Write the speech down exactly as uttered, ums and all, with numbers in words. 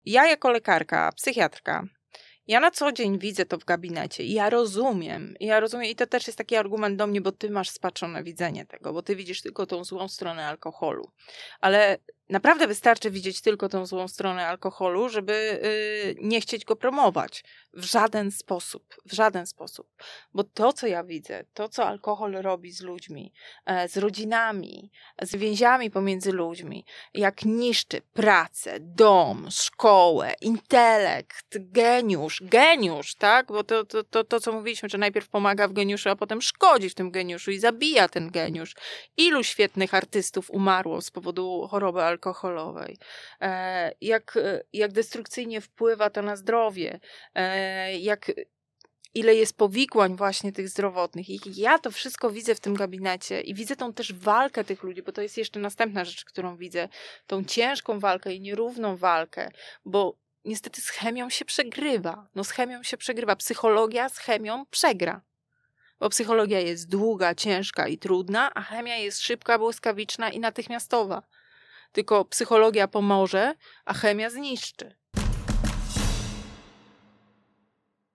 ja jako lekarka, psychiatrka, ja na co dzień widzę to w gabinecie i ja rozumiem, ja rozumiem i to też jest taki argument do mnie, bo ty masz spaczone widzenie tego, bo ty widzisz tylko tą złą stronę alkoholu. Ale naprawdę wystarczy widzieć tylko tą złą stronę alkoholu, żeby yy, nie chcieć go promować. W żaden sposób, w żaden sposób. Bo to, co ja widzę, to, co alkohol robi z ludźmi, e, z rodzinami, z więziami pomiędzy ludźmi, jak niszczy pracę, dom, szkołę, intelekt, geniusz, geniusz, tak? Bo to, to, to, to, co mówiliśmy, że najpierw pomaga w geniuszu, a potem szkodzi w tym geniuszu i zabija ten geniusz. Ilu świetnych artystów umarło z powodu choroby alkoholowej? E, jak, jak destrukcyjnie wpływa to na zdrowie? E, jak ile jest powikłań właśnie tych zdrowotnych. I ja to wszystko widzę w tym gabinecie i widzę tą też walkę tych ludzi, bo to jest jeszcze następna rzecz, którą widzę. Tą ciężką walkę i nierówną walkę, bo niestety z chemią się przegrywa. No z chemią się przegrywa. Psychologia z chemią przegra. Bo psychologia jest długa, ciężka i trudna, a chemia jest szybka, błyskawiczna i natychmiastowa. Tylko psychologia pomoże, a chemia zniszczy.